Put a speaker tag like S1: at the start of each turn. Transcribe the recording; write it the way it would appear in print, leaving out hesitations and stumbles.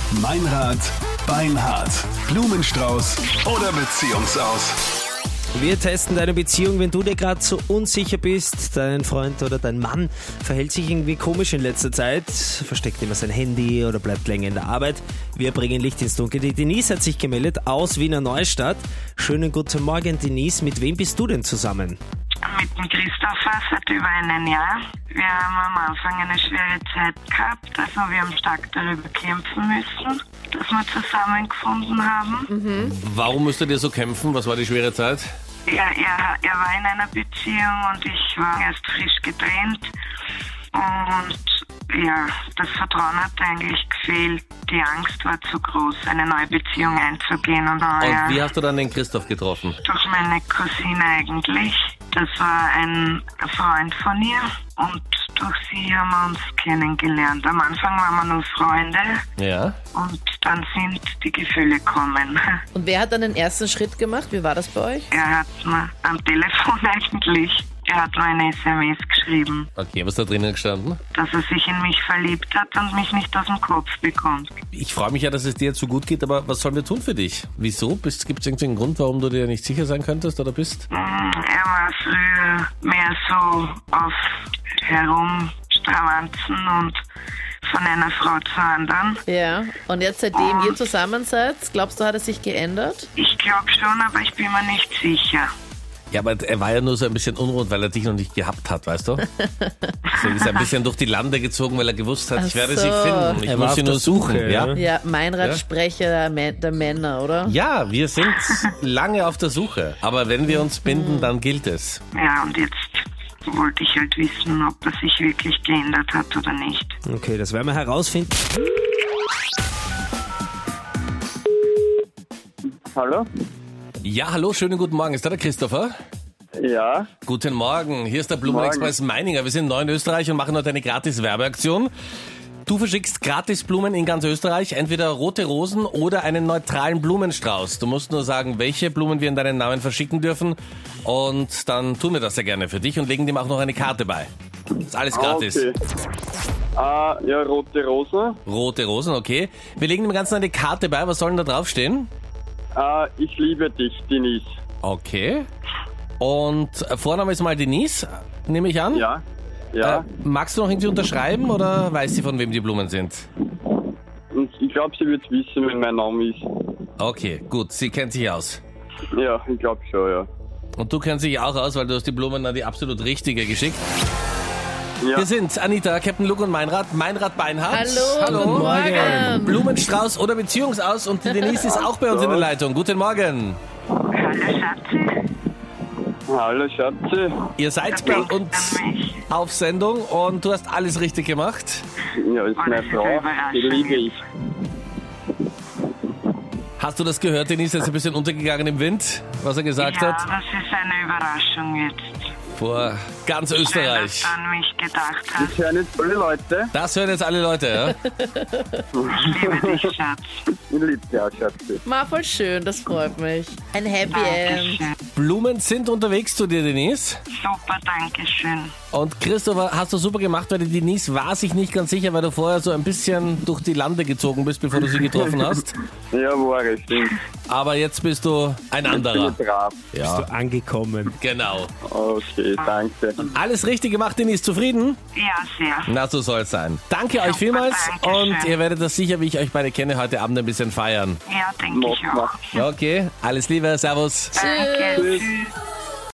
S1: Meinrad, Beinhard, Blumenstrauß oder Beziehungsaus.
S2: Wir testen deine Beziehung, wenn du dir gerade so unsicher bist, dein Freund oder dein Mann verhält sich irgendwie komisch in letzter Zeit, versteckt immer sein Handy oder bleibt länger in der Arbeit. Wir bringen Licht ins Dunkel. Die Denise hat sich gemeldet aus Wiener Neustadt. Schönen guten Morgen, Denise. Mit wem bist du denn zusammen?
S3: Mit dem Christopher seit über einem Jahr. Wir haben am Anfang eine schwere Zeit gehabt, also wir haben stark darüber kämpfen müssen, dass wir zusammengefunden haben.
S4: Warum müsst ihr dir so kämpfen? Was war die schwere Zeit?
S3: Ja, er war in einer Beziehung und ich war erst frisch getrennt. Und ja, das Vertrauen hat eigentlich gefehlt. Die Angst war zu groß, eine neue Beziehung einzugehen. Und
S4: wie hast du dann den Christoph getroffen?
S3: Durch meine Cousine eigentlich. Das war ein Freund von ihr und durch sie haben wir uns kennengelernt. Am Anfang waren wir nur Freunde.
S4: Ja.
S3: Und dann sind die Gefühle gekommen.
S5: Und wer hat dann den ersten Schritt gemacht? Wie war das bei euch?
S3: Er hat mir am Telefon eigentlich, er hat mir eine SMS geschrieben,
S4: Okay, was ist da drinnen gestanden?
S3: dass er sich in mich verliebt hat und mich nicht aus dem Kopf bekommt.
S4: Ich freue mich ja, dass es dir jetzt so gut geht, aber was sollen wir tun für dich? Wieso? Gibt es irgendeinen Grund, warum du dir nicht sicher sein könntest oder bist?
S3: Er war früher mehr so auf Herumstravanzen und von einer Frau zur anderen.
S5: Ja. Und jetzt, seitdem ihr zusammen seid, glaubst du, hat es sich geändert?
S3: Ich glaube schon, aber ich bin mir nicht sicher.
S4: Ja, aber er war ja nur so ein bisschen unruhig, weil er dich noch nicht gehabt hat, weißt du? Deswegen ist er ein bisschen durch die Lande gezogen, weil er gewusst hat, ich werde sie finden. Ich
S2: Er war
S4: muss
S2: auf
S4: sie
S2: der
S4: nur suchen.
S2: Suche,
S4: Ja?
S5: Ja, Meinrad-Sprecher der Männer, oder?
S4: Ja, wir sind lange auf der Suche. Aber wenn wir uns binden, dann gilt es.
S3: Ja, und jetzt wollte ich halt wissen, ob er sich wirklich geändert hat oder nicht.
S2: Okay, das werden wir herausfinden.
S6: Hallo?
S4: Ja, hallo, schönen guten Morgen. Ist da der Christopher?
S6: Ja,
S4: Guten Morgen, hier ist der Blumenexpress Meininger. Wir sind neu in Österreich und machen heute eine gratis Werbeaktion. Du verschickst gratis Blumen in ganz Österreich, entweder rote Rosen oder einen neutralen Blumenstrauß. Du musst nur sagen, welche Blumen wir in deinen Namen verschicken dürfen und dann tun wir das sehr gerne für dich und legen dem auch noch eine Karte bei. Ist alles gratis.
S6: okay. Ja, rote Rosen.
S4: Rote Rosen, okay. Wir legen dem Ganzen eine Karte bei. Was soll denn da draufstehen?
S6: Ich liebe dich, Denise.
S4: Okay. Und Vorname ist mal Denise, nehme ich an?
S6: Ja, ja.
S4: Magst du noch irgendwie unterschreiben oder weiß sie, von wem die Blumen sind?
S6: Und ich glaube, sie wird wissen, wenn mein Name ist.
S4: Okay, gut, sie kennt sich aus.
S6: Ja, ich glaube schon, ja.
S4: Und du kennst dich auch aus, weil du hast die Blumen an die absolut richtige geschickt.
S6: Ja.
S4: Wir sind Anita, Captain Luke und Meinrad Beinhard.
S5: Hallo, guten Morgen.
S4: Blumenstrauß oder Beziehungsaus und die Denise ist auch bei uns in der Leitung. Guten Morgen.
S3: Hallo Schatzi,
S6: Hallo, Schatzi.
S4: Ihr seid bei
S3: denk
S4: uns
S3: an mich.
S4: auf Sendung und du hast alles richtig gemacht.
S6: Ja, ist
S3: Oh,
S6: meine
S3: das ist
S6: Frau.
S3: eine Überraschung.
S6: Die liebe ich.
S4: Hast du das gehört, Denise? Er ist ein bisschen untergegangen im Wind, was er gesagt
S3: Ja,
S4: hat?
S3: das ist eine Überraschung jetzt.
S4: Vor ganz
S3: Schön,
S4: Österreich.
S3: dass du an mich gedacht hast.
S6: Das hören jetzt alle Leute.
S4: Das hören jetzt alle Leute, ja?
S3: Ich liebe dich, Schatz.
S6: Ich liebe dich auch, Schatzi.
S5: War voll schön, das freut mich. Ein Happy End.
S3: Dankeschön.
S4: Blumen sind unterwegs zu dir, Denise.
S3: Super, Dankeschön.
S4: Und Christopher, hast du super gemacht, weil die Denise war sich nicht ganz sicher, weil du vorher so ein bisschen durch die Lande gezogen bist, bevor du sie getroffen hast.
S6: Ja, war es, stimmt.
S4: Aber jetzt bist du ein anderer.
S6: Ich bin brav.
S4: Ja,
S2: Bist du angekommen?
S4: genau.
S6: Okay, danke.
S4: Alles richtig gemacht, Denise. Zufrieden?
S3: Ja, sehr.
S4: Na, so soll es sein. Danke euch
S3: Super,
S4: vielmals
S3: Dankeschön.
S4: und ihr werdet das sicher, wie ich euch beide kenne, heute Abend ein bisschen feiern.
S3: Ja, denke ich auch.
S4: Okay, alles Liebe, Servus.
S3: Danke,
S6: Tschüss.
S3: tschüss.